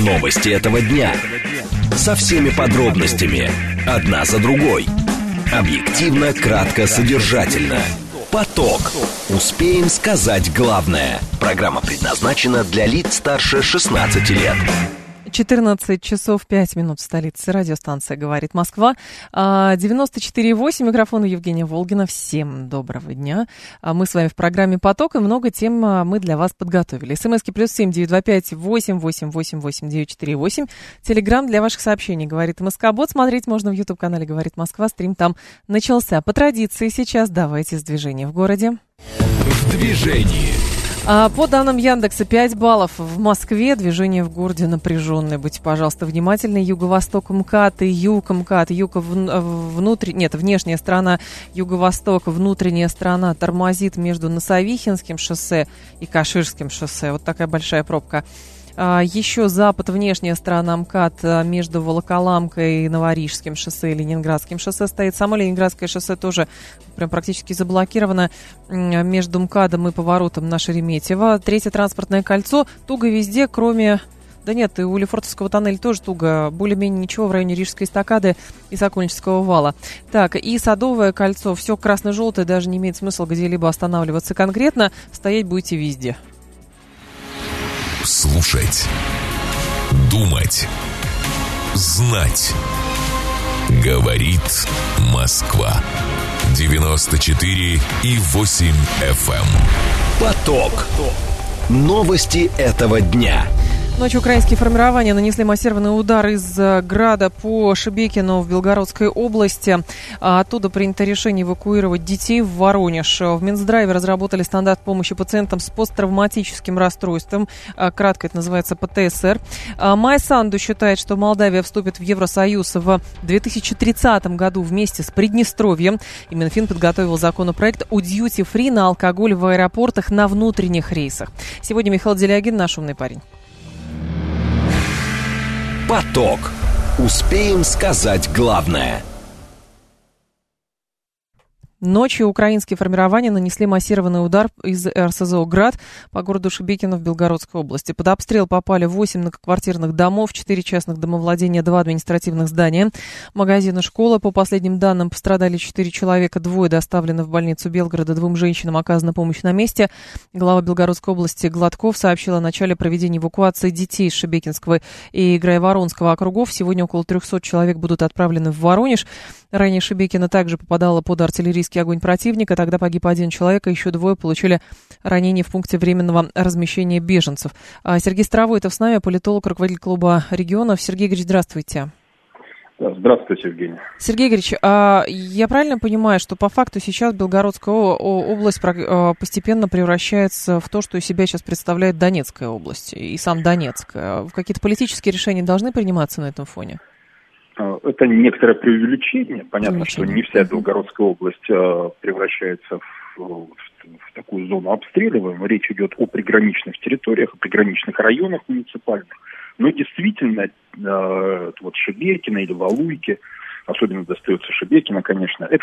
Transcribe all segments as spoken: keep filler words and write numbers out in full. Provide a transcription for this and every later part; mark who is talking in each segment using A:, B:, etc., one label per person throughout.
A: Новости этого дня. Со всеми подробностями. Одна за другой. Объективно, кратко, содержательно. Поток. Успеем сказать главное. Программа предназначена для лиц старше шестнадцати лет.
B: четырнадцать часов пять минут в столице. Радиостанция «Говорит Москва». девяносто четыре и восемь. Микрофон Евгения Волгина. Всем доброго дня. Мы с вами в программе «Поток», и много тем мы для вас подготовили. СМСки плюс семь девятьсот двадцать пять восемь восемь восемь восемь девять четыре восемь. Телеграм для ваших сообщений «Говорит МСК-бот». Смотреть можно в YouTube-канале «Говорит Москва». Стрим там начался. По традиции сейчас давайте с движения в городе.
A: В движении.
B: По данным Яндекса, пять баллов в Москве. Движение в городе напряженное. Будьте, пожалуйста, внимательны. Юго-восток МКАД и юг МКАД. Юг внутри... Нет, внешняя сторона юго-восток, внутренняя сторона тормозит между Носовихинским шоссе и Каширским шоссе. Вот такая большая пробка. Еще запад, внешняя сторона МКАД между Волоколамкой и Новорижским шоссе и Ленинградским шоссе стоит. Само Ленинградское шоссе тоже прям практически заблокировано между МКАДом и поворотом на Шереметьево. Третье транспортное кольцо туго везде, кроме... Да нет, и у Лефортовского тоннеля тоже туго. Более-менее ничего в районе Рижской эстакады и Сокольнического вала. Так, и Садовое кольцо. Все красно-желтое, даже не имеет смысла где-либо останавливаться конкретно. Стоять будете везде.
A: Слушать, думать, знать. Говорит Москва. девяносто четыре и восемь эф эм. Поток. Новости этого дня.
B: Ночью украинские формирования нанесли массированный удар из града по Шебекино в Белгородской области. Оттуда принято решение эвакуировать детей в Воронеж. В Минздраве разработали стандарт помощи пациентам с посттравматическим расстройством. Кратко это называется пэ тэ эс эр. Майя Санду считает, что Молдавия вступит в Евросоюз в две тысячи тридцатом году вместе с Приднестровьем. И Минфин подготовил законопроект о дьюти-фри на алкоголь в аэропортах на внутренних рейсах. Сегодня Михаил Делягин, наш умный парень.
A: Поток. Успеем сказать главное.
B: Ночью украинские формирования нанесли массированный удар из эр эс зо «Град» по городу Шебекино в Белгородской области. Под обстрел попали восемь многоквартирных домов, четыре частных домовладения, два административных здания, магазины, школы. По последним данным, пострадали четыре человека, двое доставлены в больницу Белгорода, двум женщинам оказана помощь на месте. Глава Белгородской области Гладков сообщил о начале проведения эвакуации детей из Шебекинского и Грайворонского округов. Сегодня около трехсот человек будут отправлены в Воронеж. Ранее Шебекино также попадало под артиллерийский огонь противника. Тогда погиб один человек, а еще двое получили ранения в пункте временного размещения беженцев. Сергей Старовойтов с нами, политолог, руководитель клуба регионов. Сергей Игоревич, здравствуйте.
C: Здравствуйте, Евгений.
B: Сергей Игоревич, я правильно понимаю, что по факту сейчас Белгородская область постепенно превращается в то, что из себя сейчас представляет Донецкая область и сам Донецк? Какие-то политические решения должны приниматься на этом фоне?
C: Это некоторое преувеличение. Понятно, что не вся Белгородская область э, превращается в, в, в такую зону обстреливаемую. Речь идет о приграничных территориях, о приграничных районах муниципальных. Но действительно, э, вот Шебекино или Валуйки, особенно достается Шебекино, конечно, это,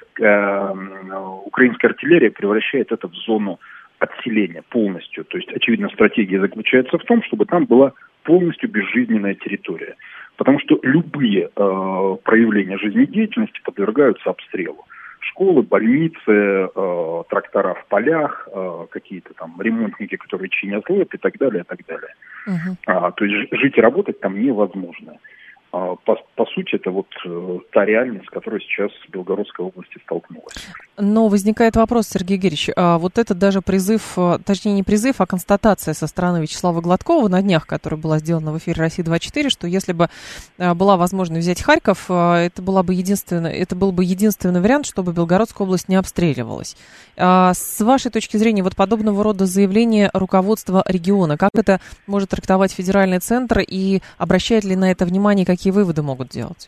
C: э, украинская артиллерия превращает это в зону отселения полностью. То есть, очевидно, стратегия заключается в том, чтобы там была полностью безжизненная территория. Потому что любые э, проявления жизнедеятельности подвергаются обстрелу. Школы, больницы, э, трактора в полях, э, какие-то там ремонтники, которые чинят лед и так далее, и так далее. Uh-huh. А, то есть жить и работать там невозможно. А, по, по сути, это вот э, та реальность, с которой сейчас Белгородская область столкнулась.
B: Но возникает вопрос, Сергей Игоревич, а вот этот даже призыв, точнее не призыв, а констатация со стороны Вячеслава Гладкова на днях, которая была сделана в эфире «Россия двадцать четыре», что если бы была возможность взять Харьков, это, была бы единственная, это был бы единственный вариант, чтобы Белгородская область не обстреливалась. А с вашей точки зрения, вот подобного рода заявление руководства региона, как это может трактовать федеральный центр и обращает ли на это внимание, какие выводы могут делать?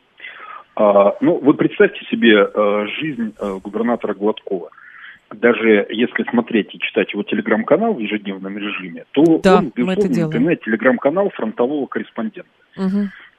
C: А, ну, вы представьте себе а, жизнь а, губернатора Гладкова. Даже если смотреть и читать его телеграм-канал в ежедневном режиме, то
B: да,
C: он, безусловно, напоминает телеграм-канал фронтового корреспондента.
B: Угу.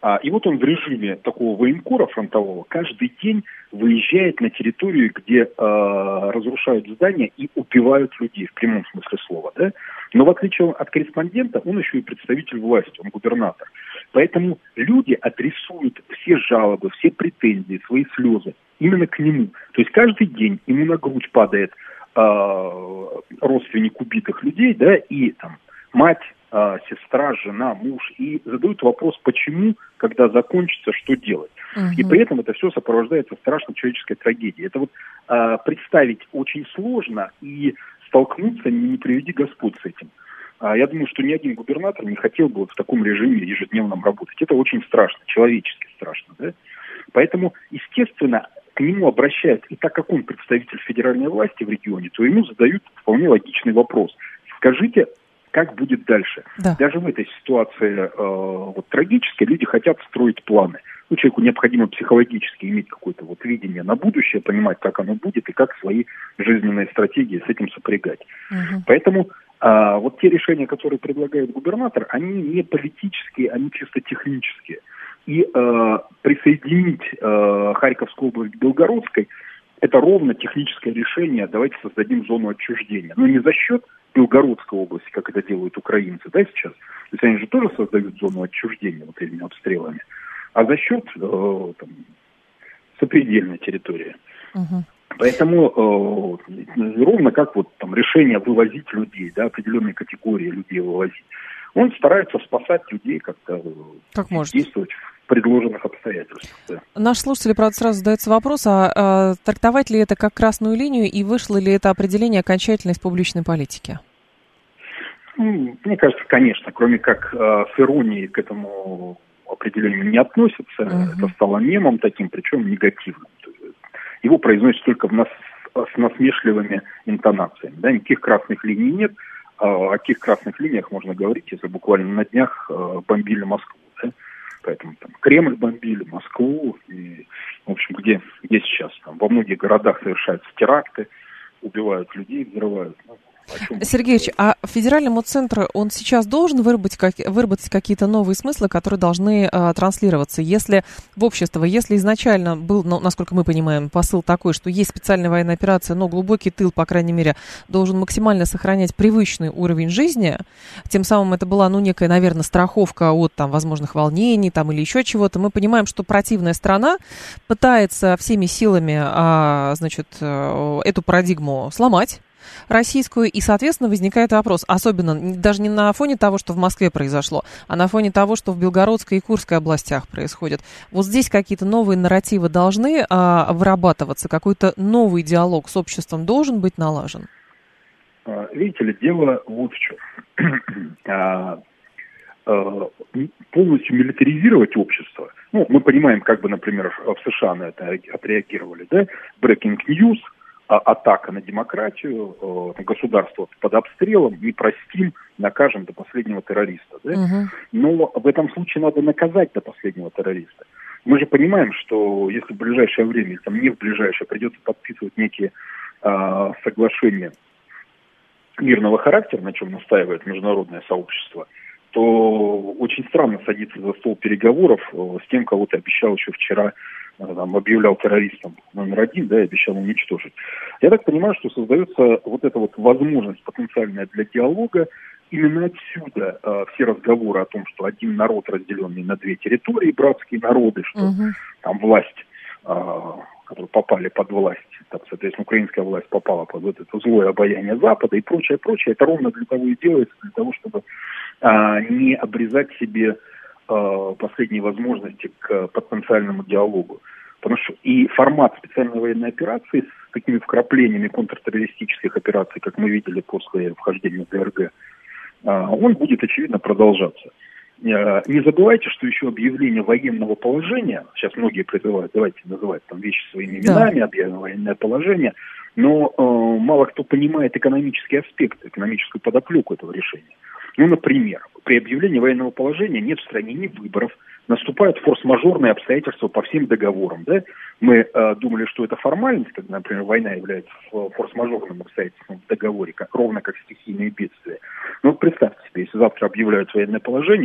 C: А, и вот он в режиме такого военкора фронтового каждый день выезжает на территорию, где а, разрушают здания и убивают людей, в прямом смысле слова. Да? Но в отличие от корреспондента, он еще и представитель власти, он губернатор. Поэтому люди адресуют все жалобы, все претензии, свои слезы именно к нему. То есть каждый день ему на грудь падает а, родственник убитых людей, да, и там мать, сестра, жена, муж, и задают вопрос, почему, когда закончится, что делать. Uh-huh. И при этом это все сопровождается страшной человеческой трагедией. Это вот а, представить очень сложно, и столкнуться не приведи Господь с этим. А, я думаю, что ни один губернатор не хотел бы вот в таком режиме ежедневном работать. Это очень страшно, человечески страшно. Да? Поэтому, естественно, к нему обращаются, и так как он представитель федеральной власти в регионе, то ему задают вполне логичный вопрос. Скажите, как будет дальше? Да. Даже в этой ситуации э, вот, трагической люди хотят строить планы. Ну, человеку необходимо психологически иметь какое-то вот видение на будущее, понимать, как оно будет и как свои жизненные стратегии с этим сопрягать. Угу. Поэтому э, вот те решения, которые предлагает губернатор, они не политические, они чисто технические. И э, присоединить э, Харьковскую область к Белгородской – это ровно техническое решение. Давайте создадим зону отчуждения. Но не за счет Белгородской области, как это делают украинцы, да, сейчас. То есть они же тоже создают зону отчуждения вот этими обстрелами, а за счет э, там, сопредельной территории. Угу. Поэтому э, ровно как вот там решение вывозить людей, да, определенные категории людей вывозить, он старается спасать людей как-то,
B: как
C: действовать в предложенных обстоятельствах. Да.
B: Наш слушатель, правда, сразу задается вопрос, а, а трактовать ли это как красную линию и вышло ли это определение окончательно из публичной политики?
C: Мне кажется, конечно, кроме как э, с иронией к этому определению не относится. Uh-huh. Это стало мемом таким, причем негативным. Его произносят только в нас, с насмешливыми интонациями. Да? Никаких красных линий нет. О каких красных линиях можно говорить, если буквально на днях э, бомбили Москву. Да? Поэтому там Кремль бомбили, Москву. И, в общем, где, где сейчас? Там, во многих городах совершаются теракты, убивают людей, взрывают.
B: Сергеевич, а федеральному центру он сейчас должен выработать, как, выработать какие-то новые смыслы, которые должны а, транслироваться? Если в общество, если изначально был, ну, насколько мы понимаем, посыл такой, что есть специальная военная операция, но глубокий тыл, по крайней мере, должен максимально сохранять привычный уровень жизни, тем самым это была, ну, некая, наверное, страховка от там возможных волнений там, или еще чего-то, мы понимаем, что противная страна пытается всеми силами, а, значит, эту парадигму сломать, российскую, и, соответственно, возникает вопрос, особенно даже не на фоне того, что в Москве произошло, а на фоне того, что в Белгородской и Курской областях происходит. Вот здесь какие-то новые нарративы должны а, вырабатываться, какой-то новый диалог с обществом должен быть налажен?
C: Видите ли, дело вот в чем. Полностью милитаризировать общество, ну, мы понимаем, как бы, например, в США на это отреагировали, да, breaking news, атака на демократию, государство под обстрелом, не простим, накажем до последнего террориста. Да? Uh-huh. Но в этом случае надо наказать до последнего террориста. Мы же понимаем, что если в ближайшее время, или там не в ближайшее, придется подписывать некие а, соглашения мирного характера, на чем настаивает международное сообщество, то очень странно садиться за стол переговоров с тем, кого ты обещал еще вчера, там, объявлял террористом номер один, да, и обещал уничтожить. Я так понимаю, что создается вот эта вот возможность потенциальная для диалога. Именно отсюда э, все разговоры о том, что один народ, разделенный на две территории, братские народы, что uh-huh. там власть, э, которые попали под власть, так, соответственно, украинская власть попала под вот это злое обаяние Запада и прочее, прочее. Это ровно для того и делается, для того, чтобы э, не обрезать себе последние возможности к потенциальному диалогу. Потому что и формат специальной военной операции с такими вкраплениями контртеррористических операций, как мы видели после вхождения в ДРГ, он будет, очевидно, продолжаться. Не забывайте, что еще объявление военного положения, сейчас многие призывают, давайте называть там вещи своими именами, да. Объявление военное положение, но э, мало кто понимает экономический аспект, экономическую подоплеку этого решения. Ну, например, при объявлении военного положения нет в стране ни выборов, наступают форс-мажорные обстоятельства по всем договорам. Да? Мы э, думали, что это формальность, когда, например, война является форс-мажорным обстоятельством в договоре, как, ровно как стихийные бедствия. Но вот представьте себе, если завтра объявляют военное положение,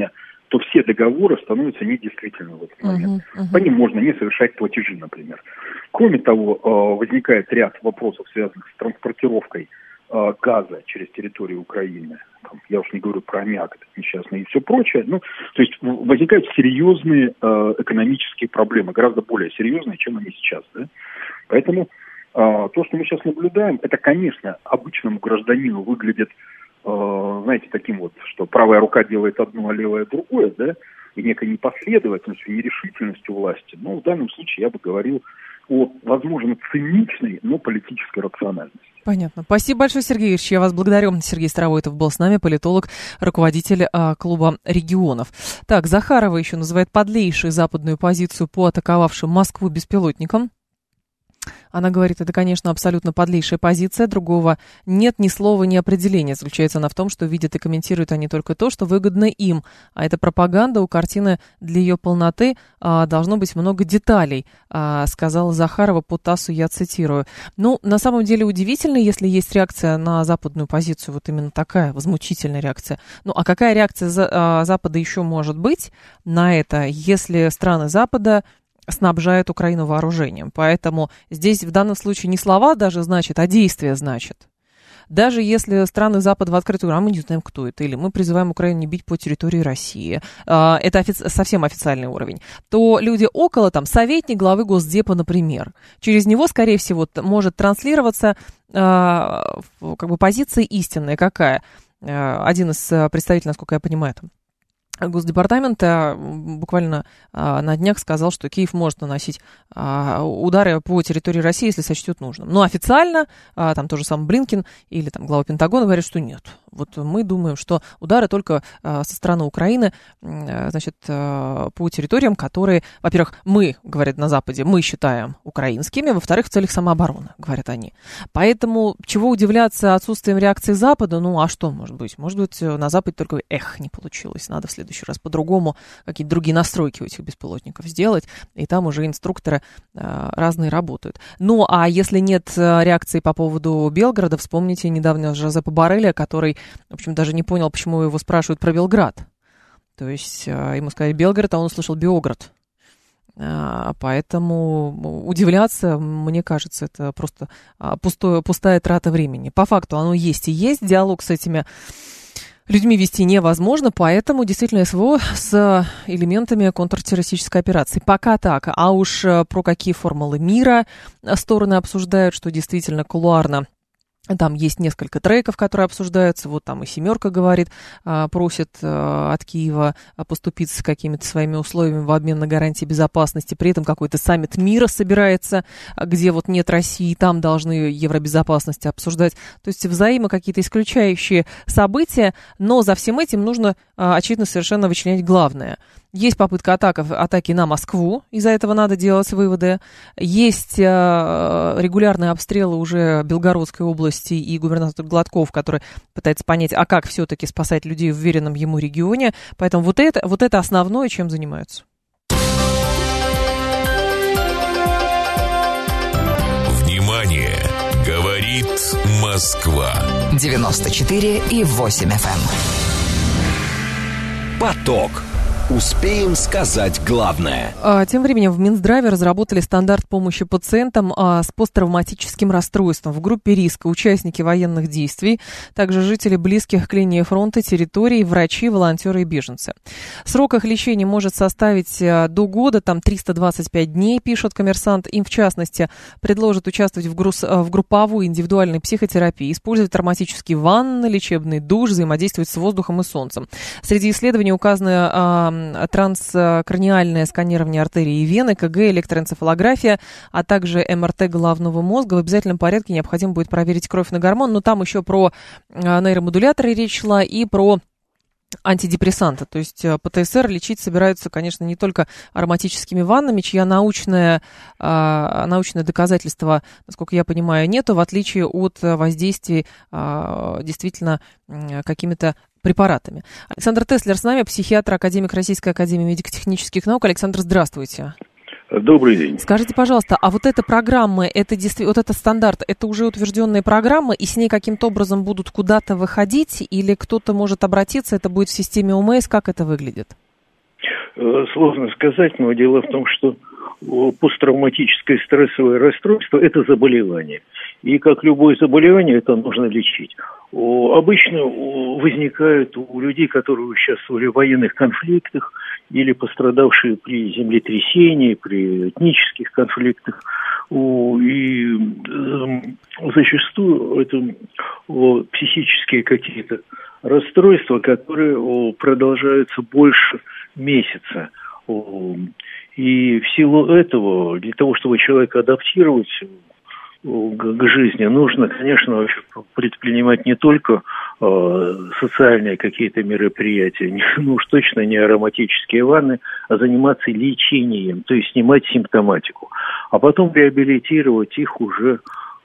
C: то все договоры становятся недействительными в этот момент. Uh-huh, uh-huh. По ним можно не совершать платежи, например. Кроме того, возникает ряд вопросов, связанных с транспортировкой газа через территорию Украины. Там, я уж не говорю про аммиак, это несчастный и все прочее. Ну, то есть возникают серьезные э, экономические проблемы, гораздо более серьезные, чем они сейчас. Да? Поэтому э, то, что мы сейчас наблюдаем, это, конечно, обычному гражданину выглядит, э, знаете, таким вот, что правая рука делает одно, а левая другое, да, и некой непоследовательностью, нерешительностью власти. Но в данном случае я бы говорил о, возможно, циничной, но политической рациональности.
B: Понятно. Спасибо большое, Сергей Юрьевич. Я вас благодарю. Сергей Старовойтов был с нами, политолог, руководитель а, клуба регионов. Так, Захарова еще называет подлейшей западную позицию по атаковавшим Москву беспилотникам. Она говорит, это, конечно, абсолютно подлейшая позиция, другого нет ни слова, ни определения. Заключается она в том, что видят и комментируют они только то, что выгодно им. А это пропаганда, у картины для ее полноты а, должно быть много деталей, а, сказала Захарова по ТАССу, я цитирую. Ну, на самом деле удивительно, если есть реакция на западную позицию, вот именно такая возмутительная реакция. Ну, а какая реакция за, а, Запада еще может быть на это, если страны Запада снабжают Украину вооружением? Поэтому здесь в данном случае не слова даже значит, а действия значит. Даже если страны Запада в открытую, а мы не знаем, кто это, или мы призываем Украину не бить по территории России, это офици- совсем официальный уровень, то люди около, там, советник главы Госдепа, например, через него, скорее всего, может транслироваться как бы позиция истинная какая. Один из представителей, насколько я понимаю, там, Госдепартамента буквально а, на днях сказал, что Киев может наносить а, удары по территории России, если сочтет нужным. Но официально, а, там тоже сам Блинкин или там глава Пентагона говорят, что нет. Вот мы думаем, что удары только а, со стороны Украины, а, значит, а, по территориям, которые, во-первых, мы, говорят на Западе, мы считаем украинскими, во-вторых, в целях самообороны, говорят они. Поэтому чего удивляться отсутствием реакции Запада? Ну, а что может быть? Может быть, на Западе только эх, не получилось, надо в следующий следующий раз по-другому, какие-то другие настройки у этих беспилотников сделать, и там уже инструкторы а, разные работают. Ну, а если нет реакции по поводу Белгорода, вспомните недавно Жозепа Борреля, который, в общем, даже не понял, почему его спрашивают про Белград. То есть а, ему сказали Белгород, а он услышал Биоград. А, поэтому удивляться, мне кажется, это просто а, пустое, пустая трата времени. По факту оно есть и есть, диалог с этими людьми вести невозможно, поэтому действительно СВО с элементами контртеррористической операции. Пока так. А уж про какие формулы мира стороны обсуждают, что действительно кулуарно. Там есть несколько треков, которые обсуждаются. Вот там и «семерка» говорит, просит от Киева поступить с какими-то своими условиями в обмен на гарантии безопасности. При этом какой-то саммит мира собирается, где вот нет России, там должны евробезопасность обсуждать. То есть взаимо какие-то исключающие события, но за всем этим нужно, очевидно, совершенно вычленять главное. Есть попытка атаки, атаки на Москву, из-за этого надо делать выводы. Есть э, регулярные обстрелы уже Белгородской области и губернатор Гладков, который пытается понять, а как все-таки спасать людей в уверенном ему регионе. Поэтому вот это, вот это основное, чем занимаются.
A: Внимание! Говорит Москва.
D: девяносто четыре и восемь эф эм.
A: Поток. Успеем сказать главное.
B: А, тем временем в Минздраве разработали стандарт помощи пациентам а, с посттравматическим расстройством. В группе риска участники военных действий, также жители близких к линии фронта территорий, врачи, волонтеры и беженцы. Срок их лечения может составить а, до года, там триста двадцать пять дней, пишет «Коммерсант». Им, в частности, предложат участвовать в, груз, в групповой индивидуальной психотерапии, использовать травматические ванны, лечебный душ, взаимодействовать с воздухом и солнцем. Среди исследований указаны а, транскраниальное сканирование артерий и вены, КГ, электроэнцефалография, а также эм эр тэ головного мозга. В обязательном порядке необходимо будет проверить кровь на гормон, но там еще про нейромодуляторы речь шла и про антидепрессанты. То есть пэ тэ эс эр лечить собираются, конечно, не только ароматическими ваннами, чья научное, научное доказательство, насколько я понимаю, нету, в отличие от воздействий действительно какими-то препаратами. Александр Теслер с нами, психиатр, академик Российской академии медико-технических наук. Александр, здравствуйте.
C: Добрый день.
B: Скажите, пожалуйста, а вот эта программа, это действительно, вот этот стандарт, это уже утвержденная программа, и с ней каким-то образом будут куда-то выходить, или кто-то может обратиться, это будет в системе ОМС, как это выглядит?
E: сложно сказать, но дело в том, что посттравматическое стрессовое расстройство – это заболевание. И как любое заболевание, это нужно лечить. Обычно возникают у людей, которые участвовали в военных конфликтах или пострадавшие при землетрясении, при этнических конфликтах. И зачастую это психические какие-то расстройства, которые продолжаются больше месяца. И в силу этого, для того, чтобы человека адаптировать к жизни, нужно, конечно, предпринимать не только э, социальные какие-то мероприятия, не, ну уж точно не ароматические ванны, а заниматься лечением, то есть снимать симптоматику, а потом реабилитировать их уже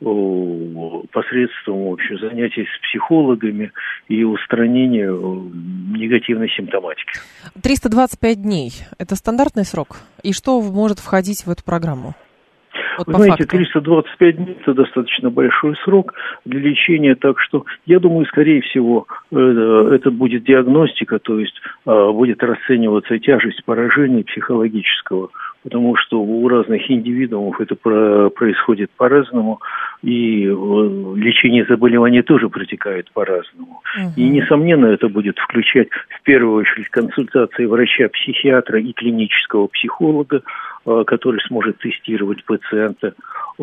E: посредством вообще занятий с психологами и устранения негативной симптоматики.
B: триста двадцать пять дней – это стандартный срок? И что может входить в эту программу? Вот
E: Вы знаете, факту. триста двадцать пять дней – это достаточно большой срок для лечения, так что, я думаю, скорее всего, это будет диагностика, то есть будет расцениваться тяжесть поражения психологического, потому что у разных индивидуумов это происходит по-разному, и лечение заболеваний тоже протекает по-разному. Угу. И, несомненно, это будет включать в первую очередь консультации врача-психиатра и клинического психолога, который сможет тестировать пациента.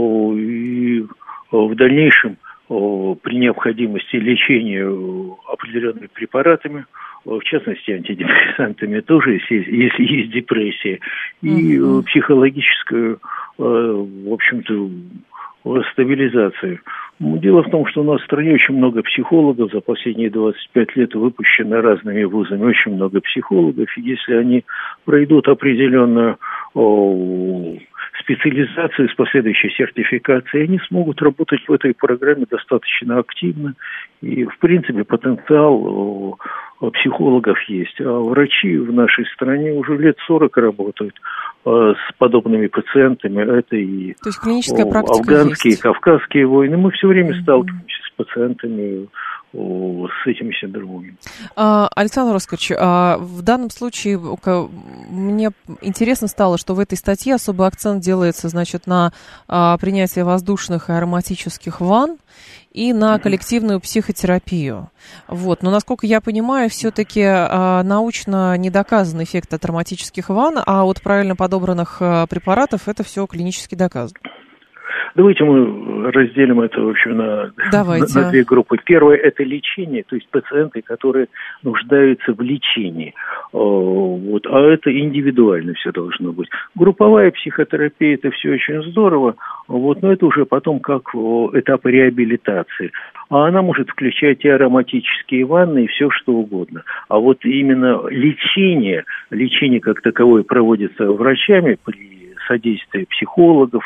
E: И в дальнейшем, при необходимости лечения определенными препаратами, в частности, антидепрессантами тоже, если, если есть депрессия, и uh-huh. психологическую, в общем-то, стабилизацию. Дело в том, что у нас в стране очень много психологов, за последние двадцать пять лет выпущено разными вузами очень много психологов, и если они пройдут определенную о, специализацию с последующей сертификацией, они смогут работать в этой программе достаточно активно, и, в принципе, потенциал о, психологов есть. А врачи в нашей стране уже лет сорок работают э, с подобными пациентами. Это и
B: То есть клиническая практика
E: афганские,
B: есть.
E: Кавказские войны. Мы все время mm-hmm. сталкиваемся с пациентами о, с этими синдромами.
B: А, Александр Оскарович, а в данном случае мне интересно стало, что в этой статье особый акцент делается, значит, на а, принятие воздушных и ароматических ванн и на коллективную психотерапию. Вот. Но, насколько я понимаю, все-таки а, научно не доказан эффект от ароматических ванн, а от правильно подобранных а, препаратов это все клинически доказано.
E: Давайте мы разделим это, в общем, на, на, на две группы. Первое – это лечение, то есть пациенты, которые нуждаются в лечении. Вот. А это индивидуально все должно быть. Групповая психотерапия – это все очень здорово, вот, но это уже потом как этап реабилитации. А она может включать и ароматические ванны, и все что угодно. А вот именно лечение, лечение как таковое проводится врачами при содействии психологов,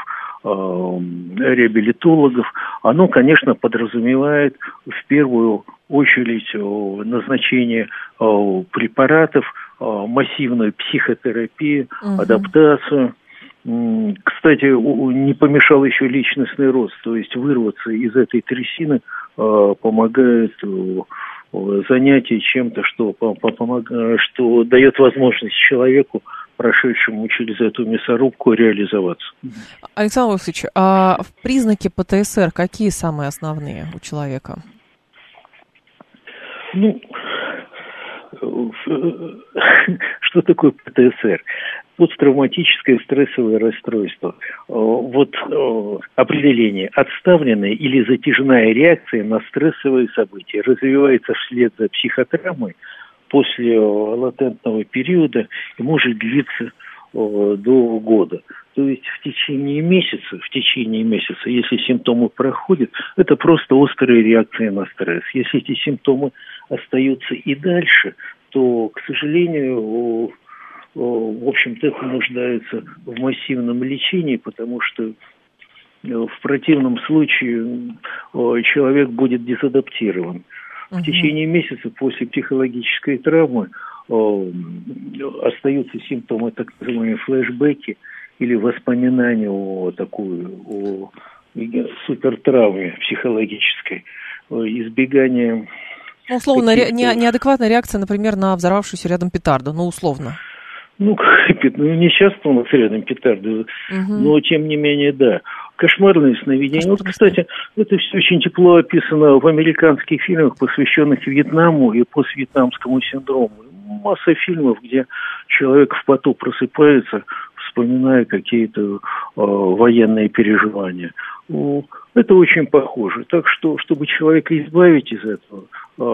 E: реабилитологов, оно, конечно, подразумевает в первую очередь назначение препаратов, массивную психотерапию, угу. адаптацию. Кстати, не помешал еще личностный рост, то есть вырваться из этой трясины помогает занятие чем-то, что, помогает, что дает возможность человеку, прошедшему через эту мясорубку, реализоваться.
B: Александр Васильевич, а признаки ПТСР какие самые основные у человека?
E: Ну, что такое ПТСР? Посттравматическое стрессовое расстройство. Вот определение: отставленная или затяжная реакция на стрессовые события развивается вслед за психотравмой после латентного периода и может длиться до года. То есть в течение месяца, в течение месяца, если симптомы проходят, это просто острая реакция на стресс. Если эти симптомы остаются и дальше, то, к сожалению, в общем-то, это нуждается в массивном лечении, потому что в противном случае человек будет дезадаптирован. В течение месяца после психологической травмы э, остаются симптомы, так называемые флешбеки или воспоминания о такой о супертравме психологической, избегание...
B: Ну, условно, ре- не, неадекватная реакция, например, на взорвавшуюся рядом петарду, ну, условно.
E: Ну, ну, не часто у нас рядом петарды, угу. но тем не менее, да. Кошмарные сновидения. Вот, кстати, это все очень тепло описано в американских фильмах, посвященных Вьетнаму и поствьетнамскому синдрому. Масса фильмов, где человек в поту просыпается, вспоминая какие-то э, военные переживания. Это очень похоже. Так что, чтобы человека избавить из этого,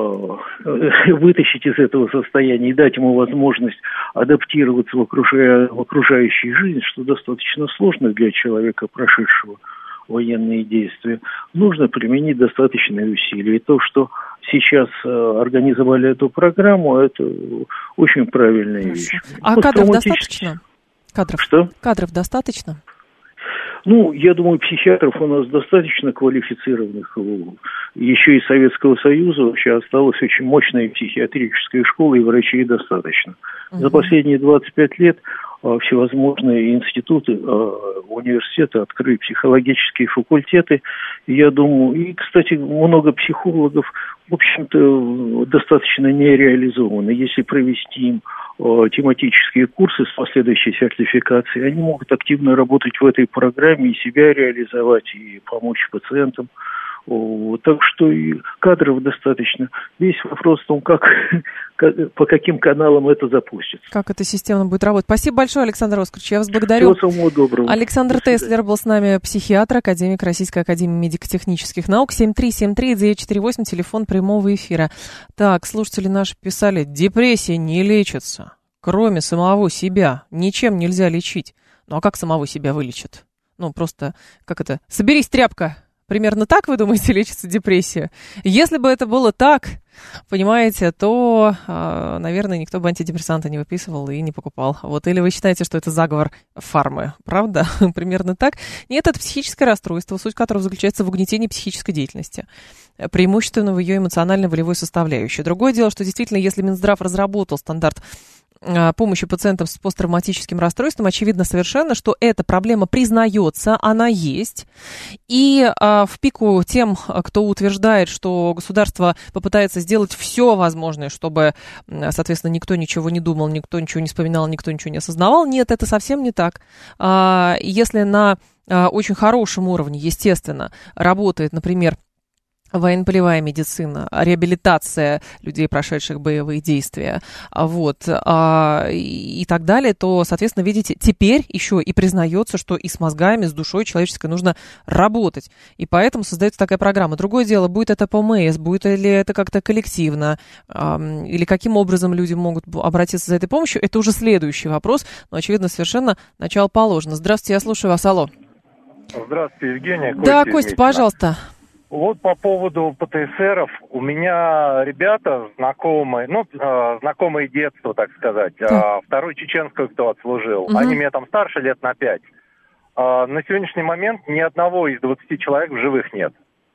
E: э, вытащить из этого состояния и дать ему возможность адаптироваться в, окружая, в окружающей жизни, что достаточно сложно для человека, прошедшего военные действия, нужно применить достаточные усилия. И то, что сейчас э, организовали эту программу, это очень правильная Хорошо. вещь.
B: А кадров достаточно? Кадров.
E: Что?
B: Кадров достаточно?
E: Ну, я думаю, психиатров у нас достаточно квалифицированных. Еще из Советского Союза вообще осталась очень мощная психиатрическая школа, и врачей достаточно. Uh-huh. За последние двадцать пять лет а, всевозможные институты, а, университеты открыли психологические факультеты. И я думаю, и, кстати, много психологов, в общем-то, достаточно нереализованы. Если провести им тематические курсы с последующей сертификацией, они могут активно работать в этой программе и себя реализовать, и помочь пациентам. Так что и кадров достаточно. Весь вопрос в том, как, как, по каким каналам это запустится.
B: Как эта система будет работать. Спасибо большое, Александр Оскарович. Я вас благодарю.
E: Всего самого доброго.
B: Александр Теслер был с нами, психиатр, академик Российской академии медико-технических наук. семь три семь три девять четыре восемь, телефон прямого эфира. Так, слушатели наши писали, депрессия не лечится. Кроме самого себя. Ничем нельзя лечить. Ну а как самого себя вылечат? Ну просто, как это, соберись, тряпка. Примерно так, вы думаете, лечится депрессия? Если бы это было так, понимаете, то, наверное, никто бы антидепрессанты не выписывал и не покупал. Вот. Или вы считаете, что это заговор фармы, правда? Примерно так. Нет, это психическое расстройство, суть которого заключается в угнетении психической деятельности, преимущественно в ее эмоционально-волевой составляющей. Другое дело, что действительно, если Минздрав разработал стандарт помощи пациентам с посттравматическим расстройством, очевидно совершенно, что эта проблема признается, она есть. И а, в пику тем, кто утверждает, что государство попытается сделать все возможное, чтобы, соответственно, никто ничего не думал, никто ничего не вспоминал, никто ничего не осознавал. Нет, это совсем не так. А, если на а, очень хорошем уровне, естественно, работает, например, военно-полевая медицина, реабилитация людей, прошедших боевые действия, вот, а, и, и так далее, то, соответственно, видите, теперь еще и признается, что и с мозгами, с душой человеческой нужно работать. И поэтому создается такая программа. Другое дело, будет это по МС, будет ли это как-то коллективно, а, или каким образом люди могут обратиться за этой помощью, это уже следующий вопрос, но, очевидно, совершенно начало положено. Здравствуйте, я слушаю вас, алло.
F: Здравствуйте, Евгения. Костя,
B: да, Костя, пожалуйста.
F: Вот по поводу ПТСРов. У меня ребята знакомые, ну, э, знакомые детства, так сказать. Да. Э, второй чеченский кто отслужил. Угу. Они меня там старше лет на пять. Э, на сегодняшний момент ни одного из двадцати человек в живых нет.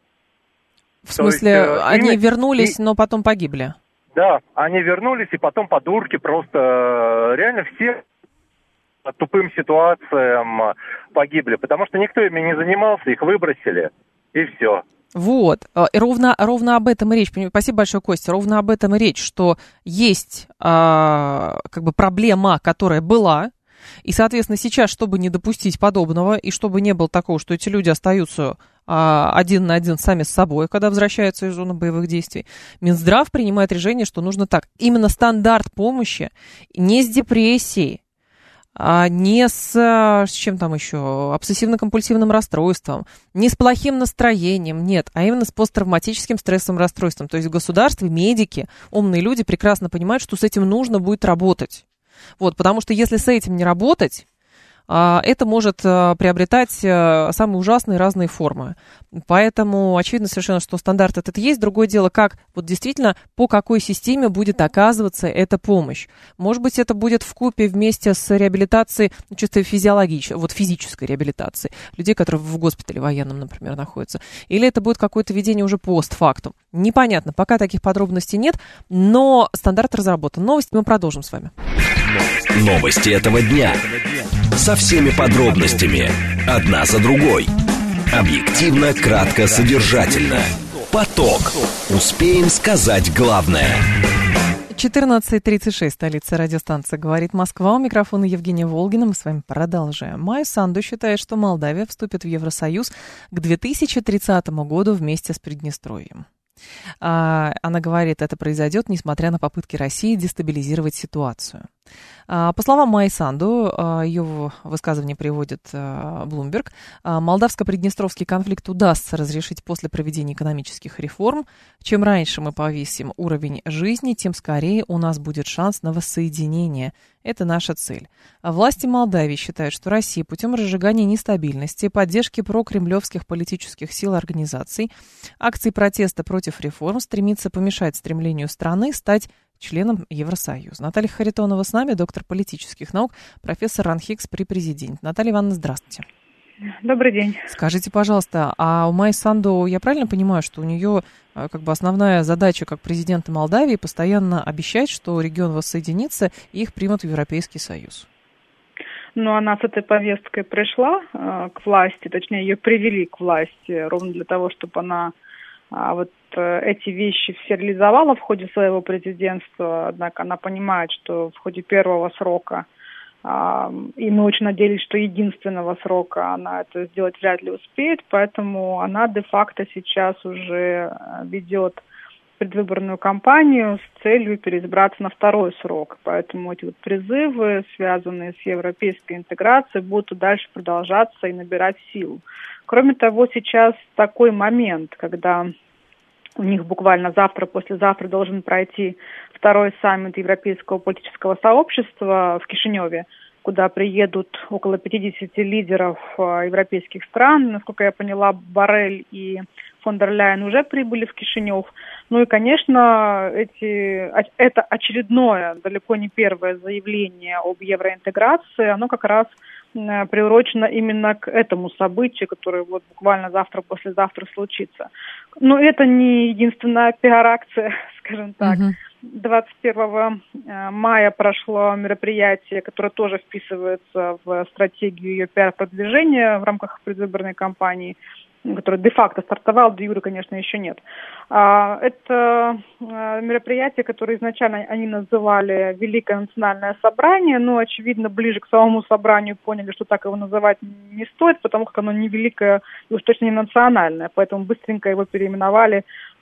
B: В смысле, есть, э, они именно... вернулись, и... но потом погибли?
F: Да, они вернулись, и потом по дурке просто э, реально все тупым ситуациям погибли. Потому что никто ими не занимался, их выбросили, и все.
B: Вот, и ровно, ровно об этом и речь. Спасибо большое, Костя. Ровно об этом и речь, что есть а, как бы проблема, которая была, и, соответственно, сейчас, чтобы не допустить подобного, и чтобы не было такого, что эти люди остаются а, один на один сами с собой, когда возвращаются из зоны боевых действий, Минздрав принимает решение, что нужно так. Именно стандарт помощи не с депрессией, а не с, с чем там еще, обсессивно-компульсивным расстройством, не с плохим настроением, нет, а именно с посттравматическим стрессовым расстройством. То есть в государстве медики, умные люди прекрасно понимают, что с этим нужно будет работать. Вот, потому что если с этим не работать, это может приобретать самые ужасные разные формы. Поэтому очевидно совершенно, что стандарт этот есть. Другое дело, как вот действительно по какой системе будет оказываться эта помощь. Может быть, это будет вкупе вместе с реабилитацией, чисто физиологической, вот физической реабилитацией людей, которые в госпитале военном, например, находятся. Или это будет какое-то ведение уже постфактум. Непонятно, пока таких подробностей нет, но стандарт разработан. Новости мы продолжим с вами.
A: Новости этого дня. Со всеми подробностями. Одна за другой. Объективно, кратко, содержательно. Поток. Успеем сказать главное.
B: четырнадцать тридцать шесть, столица радиостанции «Говорит Москва». У микрофона Евгения Волгина. Мы с вами продолжаем. Майя Санду считает, что Молдавия вступит в Евросоюз к две тысячи тридцатому году вместе с Приднестровьем. Она говорит, это произойдет, несмотря на попытки России дестабилизировать ситуацию. По словам Майи Санду, ее высказывание приводит Bloomberg, молдавско-приднестровский конфликт удастся разрешить после проведения экономических реформ. Чем раньше мы повысим уровень жизни, тем скорее у нас будет шанс на воссоединение. Это наша цель. Власти Молдавии считают, что Россия путем разжигания нестабильности, поддержки прокремлевских политических сил и организаций, акций протеста против реформ стремится помешать стремлению страны стать членом Евросоюза. Наталья Харитонова с нами, доктор политических наук, профессор РАНХИКС при президенте. Наталья Ивановна, здравствуйте.
G: Добрый день.
B: Скажите, пожалуйста, а у Майи Санду, я правильно понимаю, что у нее как бы основная задача как президента Молдавии постоянно обещать, что регион воссоединится и их примут в Европейский Союз?
G: Ну, она с этой повесткой пришла э, к власти, точнее, ее привели к власти ровно для того, чтобы она а, вот э, эти вещи все реализовала в ходе своего президентства. Однако она понимает, что в ходе первого срока, э, и мы очень надеялись, что единственного срока она это сделать вряд ли успеет, поэтому она де-факто сейчас уже ведет предвыборную кампанию с целью переизбраться на второй срок. Поэтому эти вот призывы, связанные с европейской интеграцией, будут и дальше продолжаться и набирать силу. Кроме того, сейчас такой момент, когда у них буквально завтра, послезавтра должен пройти второй саммит Европейского политического сообщества в Кишиневе, куда приедут около пятидесяти лидеров европейских стран. Насколько я поняла, Боррель и фон дер Ляйен уже прибыли в Кишинев. Ну и, конечно, эти, это очередное, далеко не первое заявление об евроинтеграции, оно как раз приурочено именно к этому событию, которое вот буквально завтра-послезавтра случится. Но это не единственная пиар-акция, скажем так. Uh-huh. двадцать первого мая прошло мероприятие, которое тоже вписывается в стратегию ее пиар-продвижения в рамках предвыборной кампании, который де-факто стартовал, де-юре, конечно, еще нет. Это мероприятие, которое изначально они называли «Великое национальное собрание», но, очевидно, ближе к самому собранию поняли, что так его называть не стоит, потому как оно не великое и уж точно не национальное, поэтому быстренько его переименовали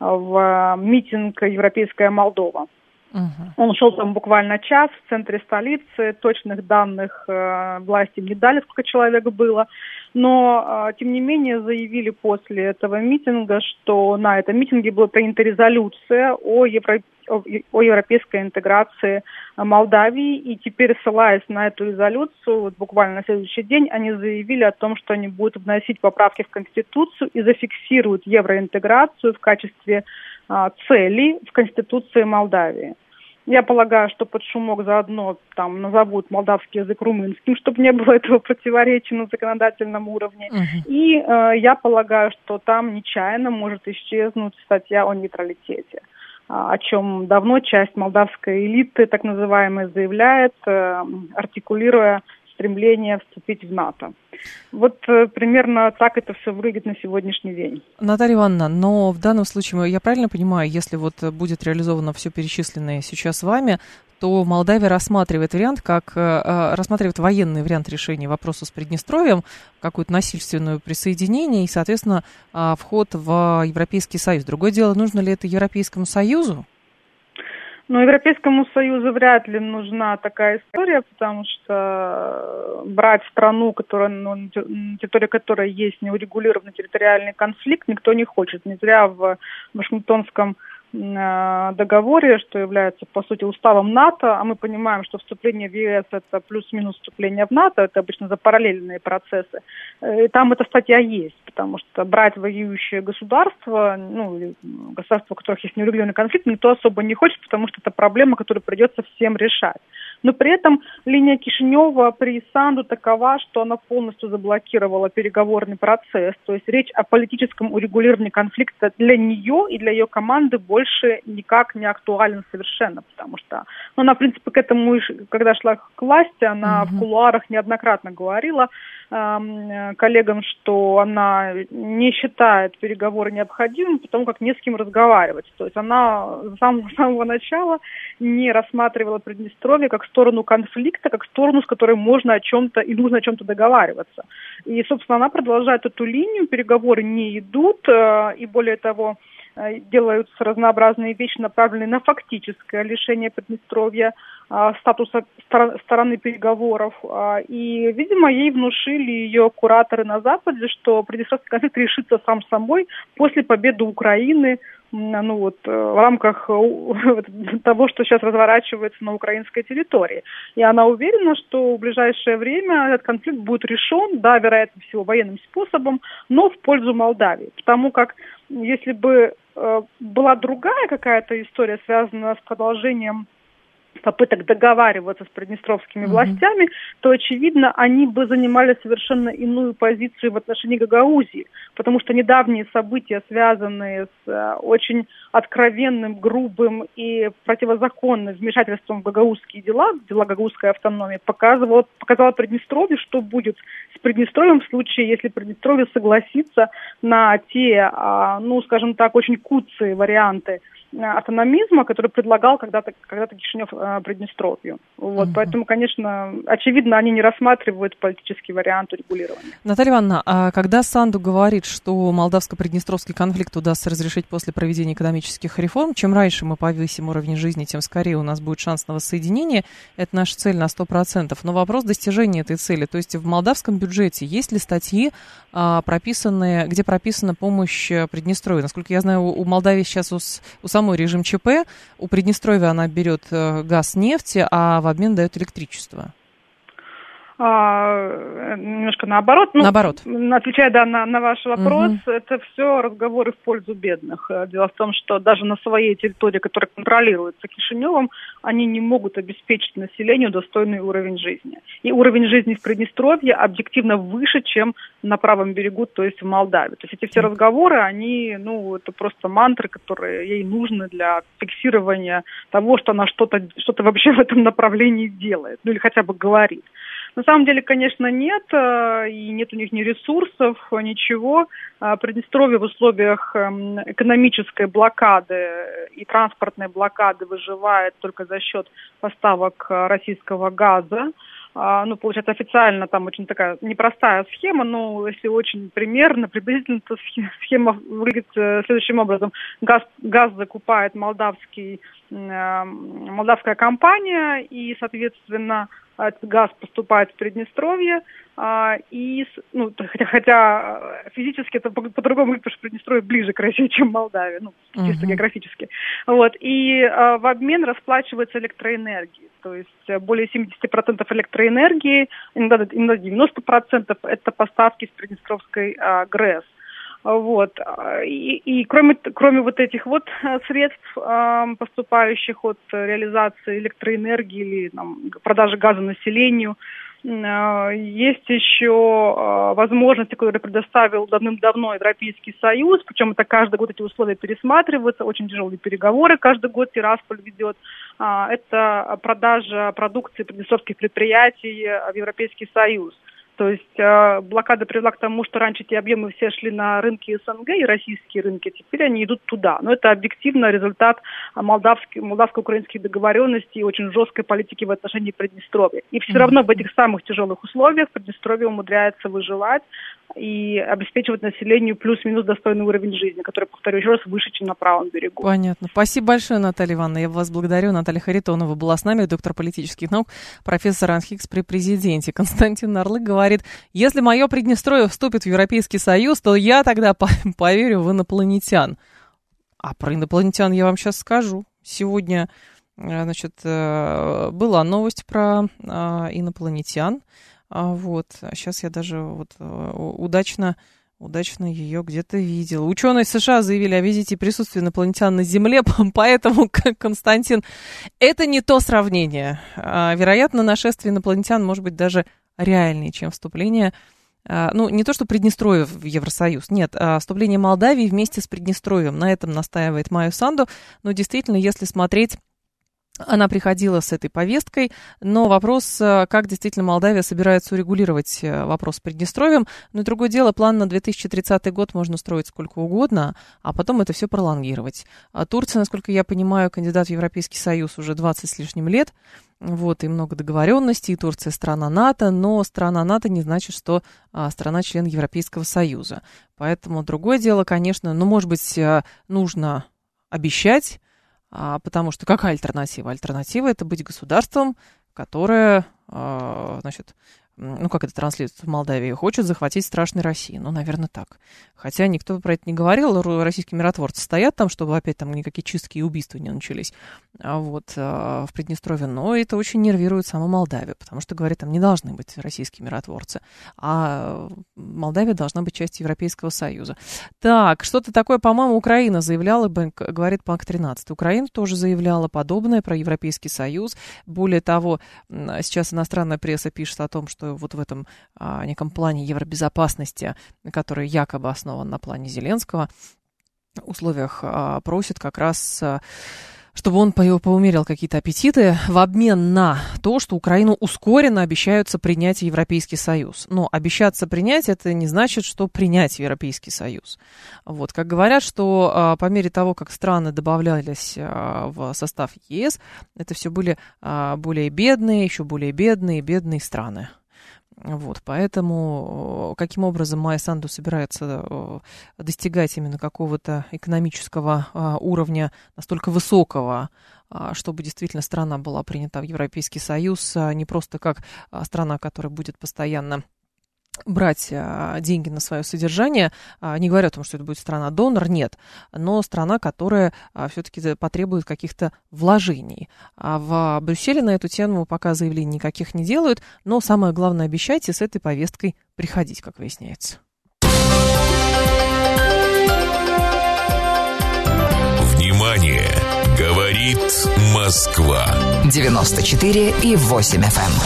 G: в митинг «Европейская Молдова». Uh-huh. Он шел там буквально час в центре столицы, точных данных э, власти не дали, сколько человек было, но, э, тем не менее, заявили после этого митинга, что на этом митинге была принята резолюция о, евро... о европейской интеграции Молдавии, и теперь, ссылаясь на эту резолюцию, вот буквально на следующий день, они заявили о том, что они будут вносить поправки в Конституцию и зафиксируют евроинтеграцию в качестве э, цели в Конституции Молдавии. Я полагаю, что под шумок заодно там назовут молдавский язык румынским, чтобы не было этого противоречия на законодательном уровне. Uh-huh. И э, я полагаю, что там нечаянно может исчезнуть статья о нейтралитете, о чем давно часть молдавской элиты, так называемой, заявляет, э, артикулируя стремление вступить в НАТО. Вот э, примерно так это все выглядит на сегодняшний день. Наталья Ивановна, но в данном случае, я правильно понимаю, если вот будет реализовано все перечисленное сейчас вами, то Молдавия рассматривает вариант, как э, рассматривает военный вариант решения вопроса с Приднестровьем, какое-то насильственное присоединение и, соответственно, э, вход в Европейский Союз. Другое дело, нужно ли это Европейскому Союзу? Ну, Европейскому Союзу вряд ли нужна такая история, потому что брать страну, которая, ну, на территории которой есть неурегулированный территориальный конфликт, никто не хочет. Не зря в Вашингтонском договоре, что является, по сути, уставом НАТО, а мы понимаем, что вступление в ЕС – это плюс-минус вступление в НАТО, это обычно за параллельные процессы. И там эта статья есть, потому что брать воюющее государство, ну, государство, у которых есть неурегулированный конфликт, никто особо не хочет, потому что это проблема, которую придется всем решать. Но при этом линия Кишинева при Санду такова, что она полностью заблокировала переговорный процесс. То есть речь о политическом урегулировании конфликта для нее и для ее команды больше никак не актуален совершенно, потому что ну, она, в принципе, к этому, когда шла к власти, она mm-hmm. в кулуарах неоднократно говорила э, коллегам, что она не считает переговоры необходимыми, потому как не с кем разговаривать. То есть она с самого, с самого начала не рассматривала Приднестровье как сторону конфликта, как сторону, с которой можно о чем-то и нужно о чем-то договариваться. И, собственно, она продолжает эту линию, переговоры не идут, э, и более того, делаются разнообразные вещи, направленные на фактическое лишение Приднестровья а, статуса стор- стороны переговоров. А, и, видимо, ей внушили ее кураторы на Западе, что Приднестровский конфликт решится сам собой после победы Украины, ну вот, в рамках того, что сейчас разворачивается на украинской территории. И она уверена, что в ближайшее время этот конфликт будет решен, да, вероятно всего, военным способом, но в пользу Молдавии. Потому как если бы э, была другая какая-то история, связанная с продолжением попыток договариваться с приднестровскими mm-hmm. властями, то, очевидно, они бы занимали совершенно иную позицию в отношении Гагаузии, потому что недавние события, связанные с э, очень откровенным, грубым и противозаконным вмешательством в гагаузские дела, дела гагаузской автономии, показывало, показало Приднестровью, что будет с Приднестровьем в случае, если Приднестровье согласится на те, э, ну, скажем так, очень куцые варианты автономизма, который предлагал когда-то, когда-то Кишинев э, Приднестровью. Вот, uh-huh. Поэтому, конечно, очевидно, они не рассматривают политический вариант урегулирования.
B: Наталья Ивановна, а когда Санду говорит, что молдавско-приднестровский конфликт удастся разрешить после проведения экономических реформ, чем раньше мы повысим уровень жизни, тем скорее у нас будет шанс на воссоединение, это наша цель на сто процентов. Но вопрос достижения этой цели, то есть в молдавском бюджете есть ли статьи, а, прописанные, где прописана помощь Приднестровью? Насколько я знаю, у Молдавии сейчас у, у самой режим ЧП, у Приднестровья она берет газ, нефть, а в обмен дает электричество.
G: А, немножко наоборот. Ну,
B: наоборот.
G: Отвечая да, на, на ваш вопрос, угу. Это все разговоры в пользу бедных. Дело в том, что даже на своей территории, которая контролируется Кишиневым, они не могут обеспечить населению достойный уровень жизни. И уровень жизни в Приднестровье объективно выше, чем на правом берегу, то есть в Молдавии. То есть эти все разговоры, они, ну, это просто мантры, которые ей нужны для фиксирования того, что она что-то, что-то вообще в этом направлении делает, ну или хотя бы говорит. На самом деле, конечно, нет, и нет у них ни ресурсов, ничего. Приднестровье в условиях экономической блокады и транспортной блокады выживает только за счет поставок российского газа. Ну, получается, официально там очень такая непростая схема, но если очень примерно, приблизительно, то схема выглядит следующим образом. Газ, газ закупает молдавский, молдавская компания, и, соответственно, этот газ поступает в Приднестровье, и, ну, хотя, хотя физически это по-другому выглядит, потому что Приднестровье ближе к России, чем Молдавия, ну, чисто uh-huh. географически. Вот, и а, в обмен расплачивается электроэнергией, то есть более семьдесят процентов электроэнергии, иногда, иногда девяносто процентов это поставки с Приднестровской а, ГРЭС. Вот. И, и кроме, кроме вот этих вот средств, э, поступающих от реализации электроэнергии или там, продажи газа населению, э, есть еще э, возможности, которые предоставил давным-давно Европейский Союз, причем это каждый год эти условия пересматриваются, очень тяжелые переговоры каждый год Тирасполь ведет. Э, это продажа продукции приднестровских предприятий в Европейский Союз. То есть э, блокада привела к тому, что раньше эти объемы все шли на рынки СНГ и российские рынки, теперь они идут туда. Но это объективно результат молдавско-украинских договоренностей и очень жесткой политики в отношении Приднестровья. И все равно в этих самых тяжелых условиях Приднестровье умудряется выживать и обеспечивать населению плюс-минус достойный уровень жизни, который, повторю еще раз, выше, чем на правом берегу.
B: Понятно. Спасибо большое, Наталья Ивановна. Я вас благодарю. Наталья Харитонова была с нами, доктор политических наук, профессор РАНХИКС при президенте. Константин Нарлык говорит, если мое Приднестровье вступит в Европейский Союз, то я тогда поверю в инопланетян. А про инопланетян я вам сейчас скажу. Сегодня, значит, была новость про инопланетян. Вот, сейчас я даже вот удачно, удачно ее где-то видела. Ученые США заявили о визите и присутствии инопланетян на Земле, поэтому, Константин, это не то сравнение. Вероятно, нашествие инопланетян может быть даже реальнее, чем вступление, ну, не то, что Приднестровье в Евросоюз, нет, а вступление Молдавии вместе с Приднестровьем. На этом настаивает Майя Санду, но действительно, если смотреть Она приходила с этой повесткой, но вопрос, как действительно Молдавия собирается урегулировать вопрос с Приднестровьем. Но и другое дело, план на две тысячи тридцатый год можно строить сколько угодно, а потом это все пролонгировать. А Турция, насколько я понимаю, кандидат в Европейский Союз уже двадцать с лишним лет. Вот, и много договоренностей, и Турция страна НАТО, но страна НАТО не значит, что а, страна член Европейского Союза. Поэтому другое дело, конечно, ну, может быть, нужно обещать, а, потому что какая альтернатива? Альтернатива – это быть государством, которое, а, значит, ну, как это транслируется в Молдавии, хочет захватить страшной России. Ну, наверное, так. Хотя никто про это не говорил. Российские миротворцы стоят там, чтобы опять там никакие чистки и убийства не начались а вот, а, в Приднестровье. Но это очень нервирует саму Молдавию, потому что, говорят, там не должны быть российские миротворцы. А Молдавия должна быть частью Европейского Союза. Так, что-то такое, по-моему, Украина заявляла, говорит Панк тринадцать. Украина тоже заявляла подобное про Европейский Союз. Более того, сейчас иностранная пресса пишет о том, что вот в этом а, неком плане евробезопасности, который якобы основан на плане Зеленского, условиях а, просит как раз, а, чтобы он по- поумерил какие-то аппетиты в обмен на то, что Украину ускоренно обещаются принять в Европейский Союз. Но обещаться принять, это не значит, что принять в Европейский Союз. Вот, как говорят, что а, по мере того, как страны добавлялись а, в состав ЕС, это все были а, более бедные, еще более бедные, бедные страны. Вот, поэтому каким образом Майя Санду собирается достигать именно какого-то экономического уровня настолько высокого, чтобы действительно страна была принята в Европейский Союз, не просто как страна, которая будет постоянно брать а, деньги на свое содержание, а, не говоря о том, что это будет страна-донор, нет, но страна, которая а, все-таки потребует каких-то вложений. А в Брюсселе на эту тему пока заявлений никаких не делают, но самое главное, обещайте с этой повесткой приходить, как выясняется.
A: Внимание! Говорит Москва.
D: девяносто четыре и восемь эф эм.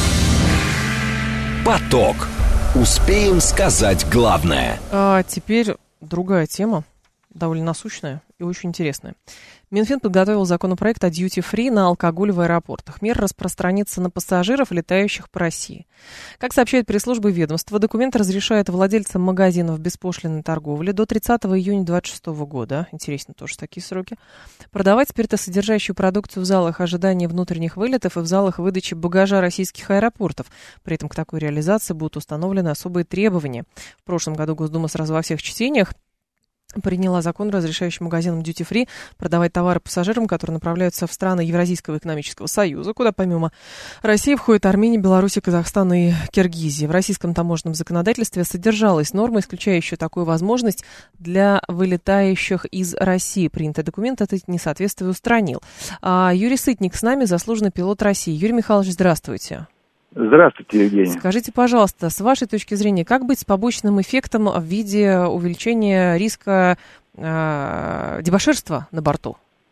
A: Поток. Успеем сказать главное.
B: А теперь другая тема, довольно насущная и очень интересная. Минфин подготовил законопроект о дьюти-фри на алкоголь в аэропортах. Мера распространится на пассажиров, летающих по России. Как сообщает пресс-служба ведомства, документ разрешает владельцам магазинов беспошлинной торговли до тридцатого июня две тысячи двадцать шестого года, интересно тоже такие сроки, продавать спиртосодержащую продукцию в залах ожидания внутренних вылетов и в залах выдачи багажа российских аэропортов. При этом к такой реализации будут установлены особые требования. В прошлом году Госдума сразу во всех чтениях приняла закон, разрешающий магазинам дьюти-фри продавать товары пассажирам, которые направляются в страны Евразийского экономического союза, куда помимо России входят Армения, Беларусь, Казахстан и Киргизия. В российском таможенном законодательстве содержалась норма, исключающая такую возможность для вылетающих из России. Принятый документ это несоответствие устранил. А Юрий Сытник с нами, заслуженный пилот России. Юрий Михайлович, здравствуйте.
E: Здравствуйте, Евгений.
B: Скажите, пожалуйста, с вашей точки зрения, как быть с побочным эффектом в виде увеличения риска э, дебоширства на борту?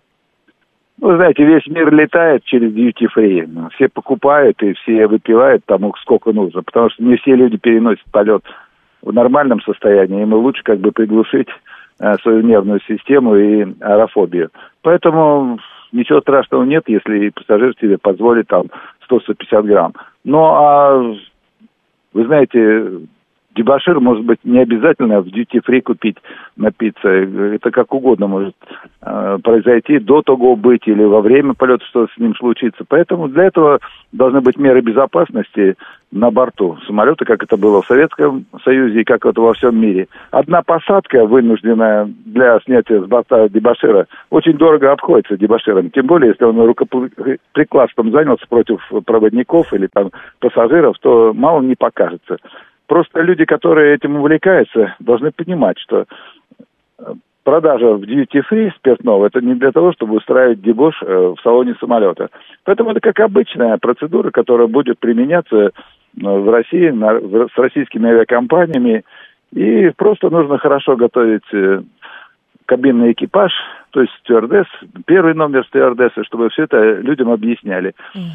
E: Вы знаете, весь мир летает через дьюти-фри. Все покупают и все выпивают тому, сколько нужно. Потому что не все люди переносят полет в нормальном состоянии. Им лучше как бы приглушить э, свою нервную систему и аэрофобию. Поэтому ничего страшного нет, если пассажир себе позволит там сто - сто пятьдесят грамм. Ну, а вы знаете, дебошир может быть не обязательно в дьюти-фри купить, напиться. Это как угодно может э, произойти, до того быть или во время полета что-то с ним случится. Поэтому для этого должны быть меры безопасности на борту самолета, как это было в Советском Союзе и как это во всем мире. Одна посадка, вынужденная для снятия с борта дебошира, очень дорого обходится дебоширом. Тем более, если он рукоприкладством занялся против проводников или там пассажиров, то мало не покажется. Просто люди, которые этим увлекаются, должны понимать, что продажа в дьюти-фри спиртного – это не для того, чтобы устраивать дебош в салоне самолета. Поэтому это как обычная процедура, которая будет применяться в России на, в, с российскими авиакомпаниями. И просто нужно хорошо готовить кабинный экипаж, то есть стюардесс, первый номер стюардессы, чтобы все это людям объясняли.
B: Угу.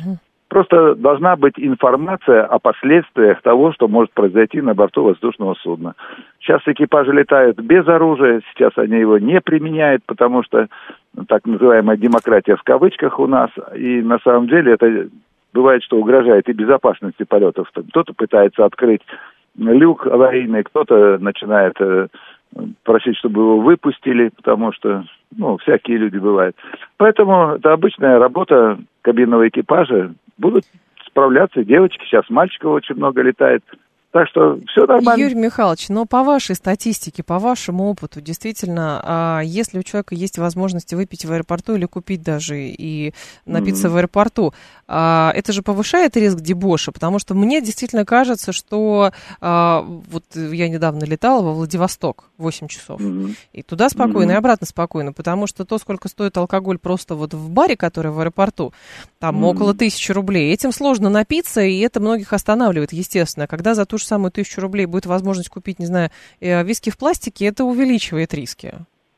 H: Просто должна быть информация о последствиях того, что может произойти на борту воздушного судна. Сейчас экипажи летают без оружия, сейчас они его не применяют, потому что так называемая демократия в кавычках у нас, и на самом деле это бывает, что угрожает и безопасности полетов. Кто-то пытается открыть люк аварийный, кто-то начинает э, просить, чтобы его выпустили, потому что, ну, всякие люди бывают. Поэтому это обычная работа кабинного экипажа. Будут справляться девочки, сейчас мальчиков очень много летает. Так что все нормально.
B: Юрий Михайлович, но по вашей статистике, по вашему опыту, действительно, если у человека есть возможность выпить в аэропорту или купить даже и напиться mm-hmm. в аэропорту, это же повышает риск дебоша, потому что мне действительно кажется, что вот я недавно летала во Владивосток восемь часов, mm-hmm. и туда спокойно, mm-hmm. и обратно спокойно, потому что то, сколько стоит алкоголь просто вот в баре, который в аэропорту, там mm-hmm. около тысячи рублей, этим сложно напиться, и это многих останавливает, естественно. Когда за ту же самую тысячу рублей будет возможность купить, не знаю, виски в пластике, это увеличивает риски.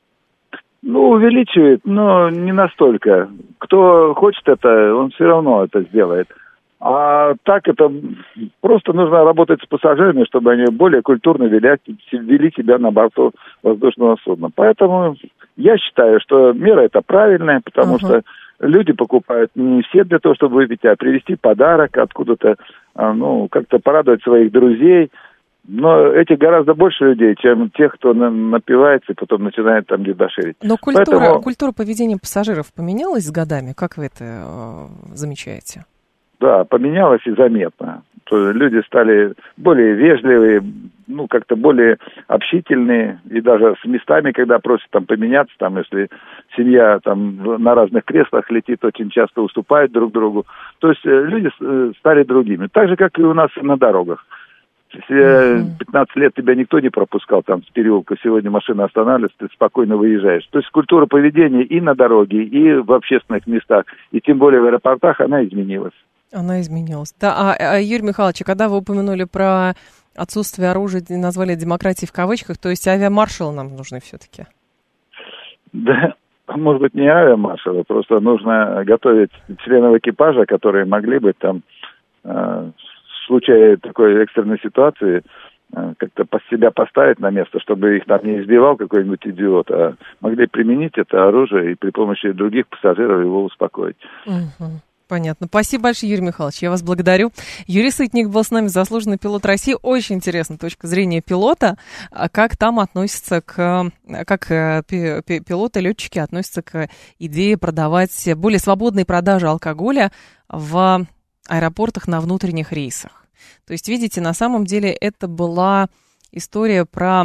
H: Ну, увеличивает, но не настолько. Кто хочет это, он все равно это сделает. А так это просто нужно работать с пассажирами, чтобы они более культурно вели, вели себя на борту воздушного судна. Поэтому я считаю, что мера эта правильная, потому uh-huh. что люди покупают не все для того, чтобы выпить, а привезти подарок откуда-то, ну, как-то порадовать своих друзей. Но этих гораздо больше людей, чем тех, кто напивается и потом начинает там дебоширить.
B: Но культура,
H: Поэтому...
B: культура поведения пассажиров поменялась с годами? Как вы это э, замечаете?
H: Да, поменялась и заметно. То люди стали более вежливые, ну, как-то более общительные, и даже с местами, когда просят там поменяться, там, если семья там на разных креслах летит, очень часто уступают друг другу. То есть люди стали другими. Так же, как и у нас на дорогах. Если пятнадцать лет тебя никто не пропускал там с переулка, сегодня машина останавливается, ты спокойно выезжаешь. То есть культура поведения и на дороге, и в общественных местах, и тем более в аэропортах, она изменилась.
B: Она изменилась. Да, а, а Юрий Михайлович, когда вы упомянули про отсутствие оружия, назвали демократией в кавычках, то есть авиамаршалы нам нужны все-таки?
H: Да, может быть, не авиамаршалы, просто нужно готовить членов экипажа, которые могли бы там э, в случае такой экстренной ситуации э, как-то под себя поставить на место, чтобы их там не избивал какой-нибудь идиот, а могли применить это оружие и при помощи других пассажиров его успокоить.
B: Угу. Понятно. Спасибо большое, Юрий Михайлович. Я вас благодарю. Юрий Сытник был с нами, заслуженный пилот России. Очень интересная точка зрения пилота, как там относятся к... Как пилоты, летчики относятся к идее продавать более свободной продажи алкоголя в аэропортах на внутренних рейсах. То есть, видите, на самом деле это была история про...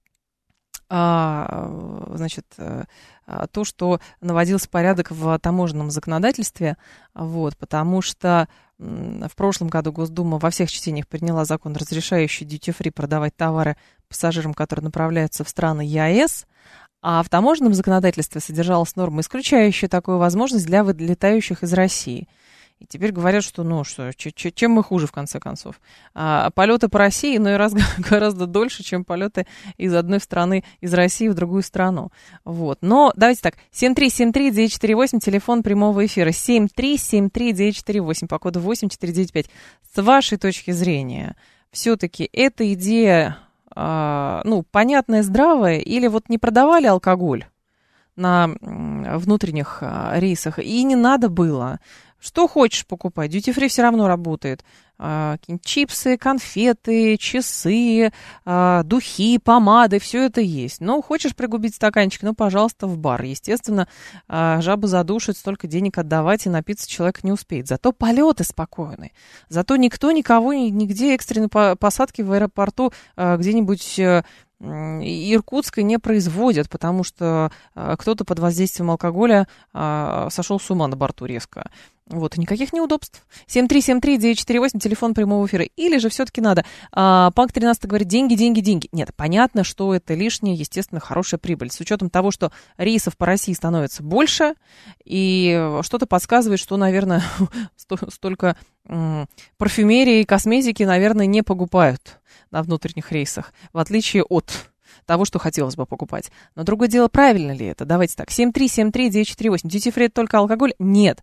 B: значит, то, что наводился порядок в таможенном законодательстве, вот, потому что в прошлом году Госдума во всех чтениях приняла закон, разрешающий дьюти-фри продавать товары пассажирам, которые направляются в страны ЕАЭС, а в таможенном законодательстве содержалась норма, исключающая такую возможность для вылетающих из России. И теперь говорят, что, ну, что, ч- ч- чем мы хуже, в конце концов. А, полеты по России, ну, и раз гораздо дольше, чем полеты из одной страны, из России в другую страну. Вот. Но давайте так, семь три семь три девять четыре восемь, телефон прямого эфира, семь три семь три девять четыре восемь, по коду восемь четыре девять пять. С вашей точки зрения, все-таки эта идея, а, ну, понятная, здравая, или вот не продавали алкоголь на внутренних а, рейсах, и не надо было... Что хочешь покупать, дьюти-фри все равно работает. А, чипсы, конфеты, часы, а, духи, помады, все это есть. Ну, хочешь пригубить стаканчик, ну, пожалуйста, в бар. Естественно, а, жаба задушит, столько денег отдавать, и напиться человек не успеет. Зато полеты спокойны. Зато никто никого нигде экстренной посадки в аэропорту а, где-нибудь... Иркутска не производят, потому что а, кто-то под воздействием алкоголя а, сошел с ума на борту резко. Вот, никаких неудобств. семь три семь три девять четыре восемь, телефон прямого эфира. Или же все-таки надо. А, Панк тринадцать говорит, деньги, деньги, деньги. Нет, понятно, что это лишняя, естественно, хорошая прибыль. С учетом того, что рейсов по России становится больше, и что-то подсказывает, что, наверное, столько м- парфюмерии и косметики, наверное, не покупают на внутренних рейсах, в отличие от того, что хотелось бы покупать. Но другое дело, правильно ли это? Давайте так, семь три семь три девять четыре восемь. Дьюти-фри это только алкоголь? Нет.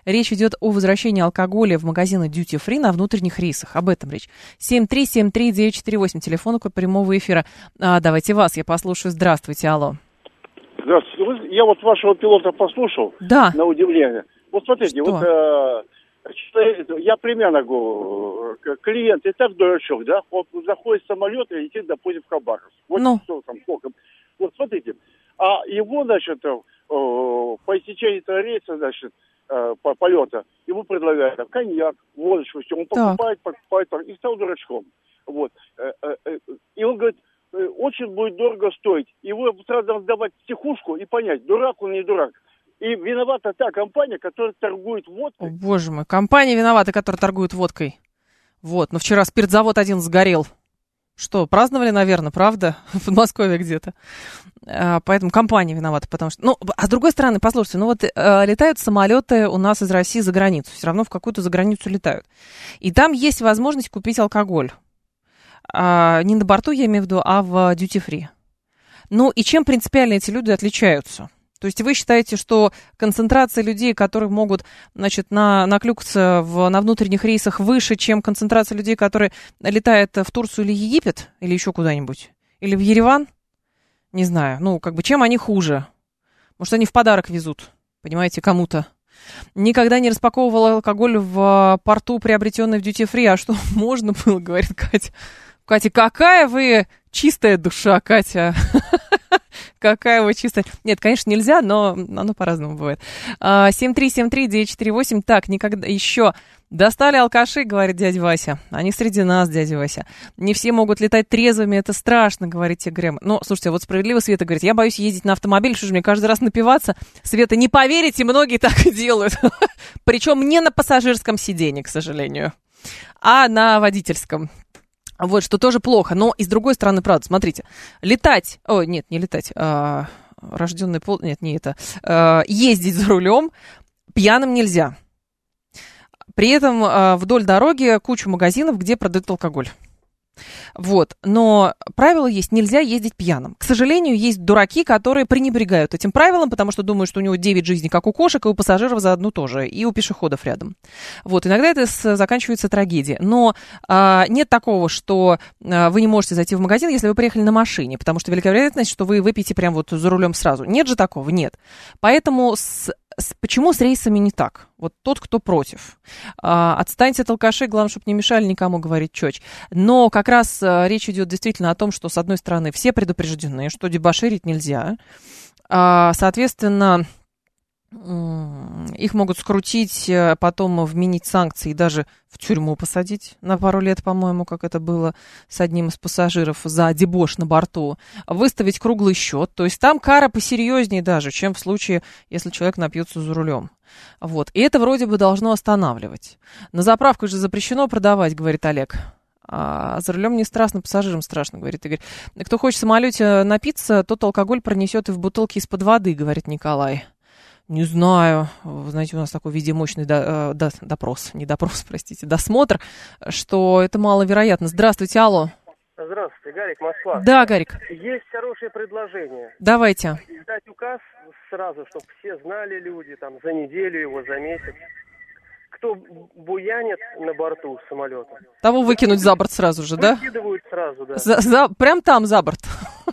B: Речь идет о возвращении алкоголя в магазины Duty Free на внутренних рейсах. Об этом речь. семь три семь три девять четыре восемь. Телефон к прямого эфира. А, давайте вас, я послушаю. Здравствуйте, алло.
I: Здравствуйте. Я вот вашего пилота послушал.
B: Да.
I: На удивление. Вот смотрите,
B: Что?
I: вот э, я примерно говорю, клиент и так дурачок, да, он заходит в самолет и летит, допустим, в Хабаровск. Вот
B: ну.
I: что там, сколько. Вот смотрите, а его, значит, э, по истечении этого рейса, значит, э, по полета, ему предлагают там, коньяк, водочку, все, он покупает, так. покупает, покупает, и стал дурачком. Вот. И он говорит, очень будет дорого стоить. Его сразу надо сдавать в психушку и понять, дурак он, не дурак. И виновата та компания, которая торгует водкой.
B: О, боже мой, компания виновата, которая торгует водкой. Вот, но вчера спиртзавод один сгорел. Что, праздновали, наверное, правда? В Подмосковье где-то. А, поэтому компания виновата, потому что... Ну, а с другой стороны, послушайте, ну вот а, летают самолеты у нас из России за границу. Все равно в какую-то за границу летают. И там есть возможность купить алкоголь. А, не на борту, я имею в виду, а в дьюти-фри. Ну, и чем принципиально эти люди отличаются? То есть вы считаете, что концентрация людей, которые могут, значит, на, наклюкаться в, на внутренних рейсах выше, чем концентрация людей, которые летают в Турцию или Египет, или еще куда-нибудь, или в Ереван? Не знаю. Ну, как бы, чем они хуже? Может, они в подарок везут, понимаете, кому-то? Никогда не распаковывала алкоголь в порту, приобретенный в дьюти-фри. А что можно было, говорит Катя. Катя, какая вы чистая душа, Катя. Какая вы чистая. Нет, конечно, нельзя, но оно по-разному бывает. семь три семь три девять четыре восемь. Так, никогда еще. Достали алкаши, говорит дядя Вася. Они среди нас, дядя Вася. Не все могут летать трезвыми, это страшно, говорит тебе Грэм. Ну, слушайте, вот справедливо Света говорит, я боюсь ездить на автомобиле, что же мне каждый раз напиваться? Света, не поверите, многие так и делают. Причем не на пассажирском сиденье, к сожалению, а на водительском. Вот, что тоже плохо. Но и с другой стороны, правда, смотрите, летать, о, нет, не летать, а, рожденный пол, нет, не это, а, ездить за рулем пьяным нельзя. При этом а, вдоль дороги куча магазинов, где продают алкоголь. Вот, но правило есть, нельзя ездить пьяным. К сожалению, есть дураки, которые пренебрегают этим правилом, потому что думают, что у него девять жизней, как у кошек, и у пассажиров заодно тоже, и у пешеходов рядом. Вот, иногда это с, заканчивается трагедией. Но а, нет такого, что а, вы не можете зайти в магазин, если вы приехали на машине, потому что велика вероятность, что вы выпьете прямо вот за рулем сразу. Нет же такого, нет. Поэтому с С, почему с рейсами не так? Вот тот, кто против. А, отстаньте от алкашей, главное, чтобы не мешали никому говорить чёчь. Но как раз а, речь идет действительно о том, что, с одной стороны, все предупреждены, что дебоширить нельзя. А, соответственно, их могут скрутить, потом вменить санкции и даже в тюрьму посадить на пару лет, по-моему, как это было с одним из пассажиров за дебош на борту. Выставить круглый счет. То есть там кара посерьезнее даже, чем в случае, если человек напьется за рулем. Вот. И это вроде бы должно останавливать. На заправках же запрещено продавать, говорит Олег. А за рулем не страшно, пассажирам страшно, говорит Игорь. Кто хочет в самолете напиться, тот алкоголь пронесет и в бутылке из-под воды, говорит Николай. Не знаю. Вы знаете, у нас такой, видимо, мощный до, до, допрос, не допрос, простите, досмотр, что это маловероятно. Здравствуйте, алло.
J: Здравствуйте, Гарик, Москва.
B: Да, Гарик.
J: Есть хорошее предложение.
B: Давайте.
J: Издать указ сразу, чтобы все знали люди, там, за неделю его, за месяц. Кто буянит на борту самолета.
B: Того выкинуть за борт сразу же, да?
J: Выкидывают сразу, да.
B: За, за, прям там за борт.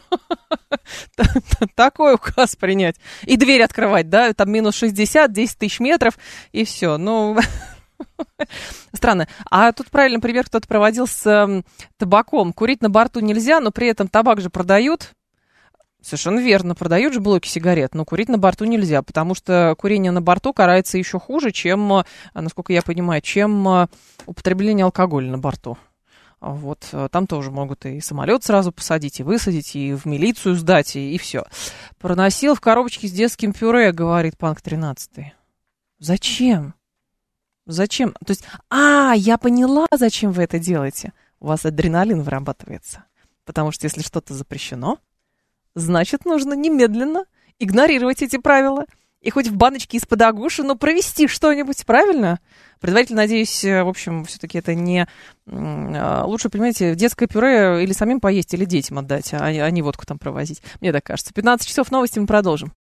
B: Такой указ принять. И дверь открывать, да? Там минус шестьдесят, десять тысяч метров, и все. Ну, странно. А тут правильный пример кто-то проводил с э, табаком. Курить на борту нельзя, но при этом табак же продают. Совершенно верно, продают же блоки сигарет, но курить на борту нельзя, потому что курение на борту карается еще хуже, чем, насколько я понимаю, чем употребление алкоголя на борту. Вот, там тоже могут и самолет сразу посадить, и высадить, и в милицию сдать, и, и все. Проносил в коробочке с детским пюре, говорит Панк тринадцатый. Зачем? Зачем? То есть, а, я поняла, зачем вы это делаете. У вас адреналин вырабатывается. Потому что если что-то запрещено, значит, нужно немедленно игнорировать эти правила. И хоть в баночке из-под агуши, но провести что-нибудь, правильно? Предварительно, надеюсь, в общем, все-таки это не... Лучше, понимаете, детское пюре или самим поесть, или детям отдать, а не водку там провозить. Мне так кажется. пятнадцать часов новости, мы продолжим.